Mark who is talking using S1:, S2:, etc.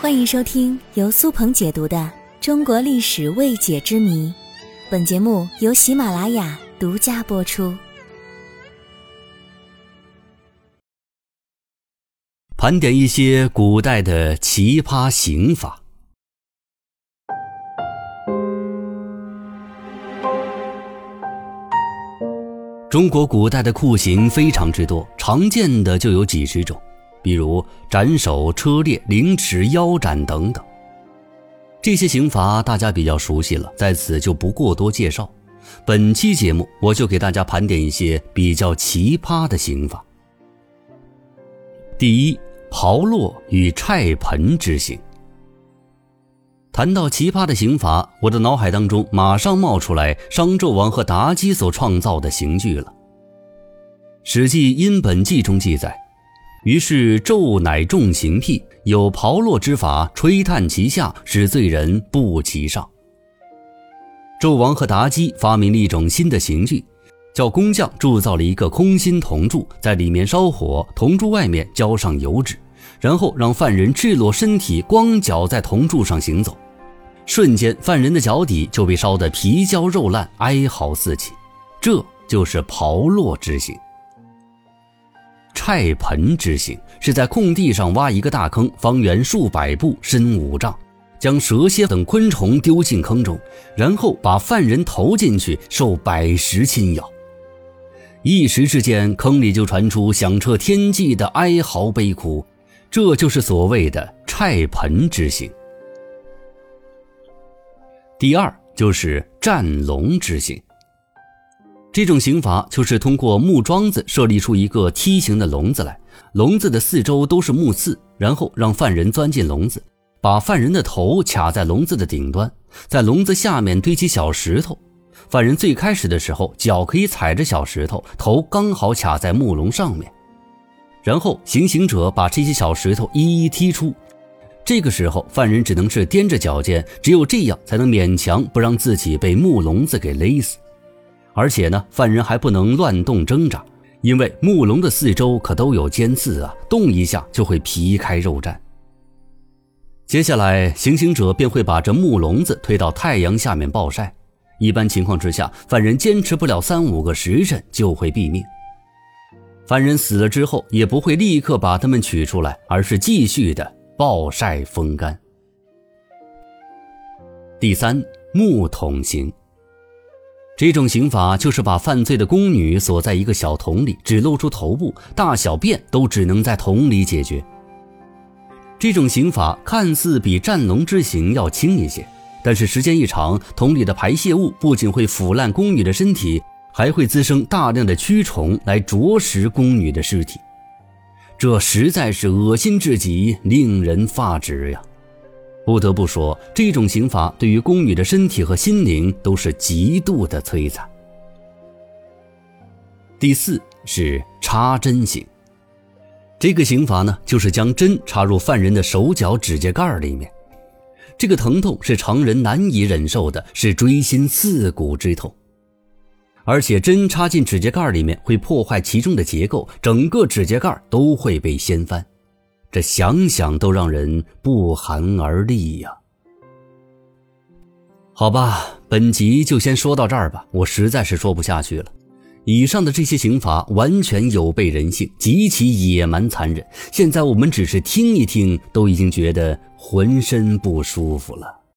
S1: 欢迎收听由苏鹏解读的《中国历史未解之谜》，本节目由喜马拉雅独家播出。
S2: 盘点一些古代的奇葩刑法。中国古代的酷刑非常之多，常见的就有几十种，比如斩首、车裂、凌迟、腰斩等等。这些刑罚大家比较熟悉了，在此就不过多介绍。本期节目我就给大家盘点一些比较奇葩的刑罚。第一，炮烙与踹盆之刑。谈到奇葩的刑罚，我的脑海当中马上冒出来商纣王和妲己所创造的刑具了。史记殷本纪中记载，于是纣乃重刑辟，有炮烙之法，吹炭其下，使罪人步其上。纣王和妲己发明了一种新的刑具，叫工匠铸造了一个空心铜柱，在里面烧火，铜柱外面浇上油脂，然后让犯人赤裸身体光脚在铜柱上行走，瞬间犯人的脚底就被烧得皮焦肉烂，哀嚎四起，这就是炮烙之刑。踹盆之刑是在空地上挖一个大坑，方圆数百步，深5丈，将蛇蝎等昆虫丢进坑中，然后把犯人投进去，受百十侵咬。一时之间，坑里就传出响彻天际的哀嚎悲哭，这就是所谓的踹盆之刑。第二，就是战笼之刑。这种刑罚就是通过木桩子设立出一个梯形的笼子来，笼子的四周都是木刺，然后让犯人钻进笼子，把犯人的头卡在笼子的顶端，在笼子下面堆起小石头，犯人最开始的时候脚可以踩着小石头，头刚好卡在木笼上面，然后行刑者把这些小石头一一踢出，这个时候犯人只能是踮着脚尖，只有这样才能勉强不让自己被木笼子给勒死。而且呢，犯人还不能乱动挣扎，因为木笼的四周可都有尖刺啊，动一下就会皮开肉绽。接下来行刑者便会把这木笼子推到太阳下面暴晒，一般情况之下，犯人坚持不了3-5个时辰就会毙命。犯人死了之后也不会立刻把他们取出来，而是继续的暴晒风干。第三，木桶刑。这种刑罚就是把犯罪的宫女锁在一个小桶里，只露出头部，大小便都只能在桶里解决。这种刑罚看似比战笼之刑要轻一些，但是时间一长，桶里的排泄物不仅会腐烂宫女的身体，还会滋生大量的蛆虫来啄食宫女的尸体，这实在是恶心至极，令人发指呀。不得不说，这种刑罚对于宫女的身体和心灵都是极度的摧残。第四是插针刑。这个刑罚呢，就是将针插入犯人的手脚指甲盖里面，这个疼痛是常人难以忍受的，是锥心刺骨之痛。而且针插进指甲盖里面会破坏其中的结构，整个指甲盖都会被掀翻，这想想都让人不寒而栗呀。好吧，本集就先说到这儿吧，我实在是说不下去了。以上的这些刑罚完全有悖人性，极其野蛮残忍，现在我们只是听一听都已经觉得浑身不舒服了。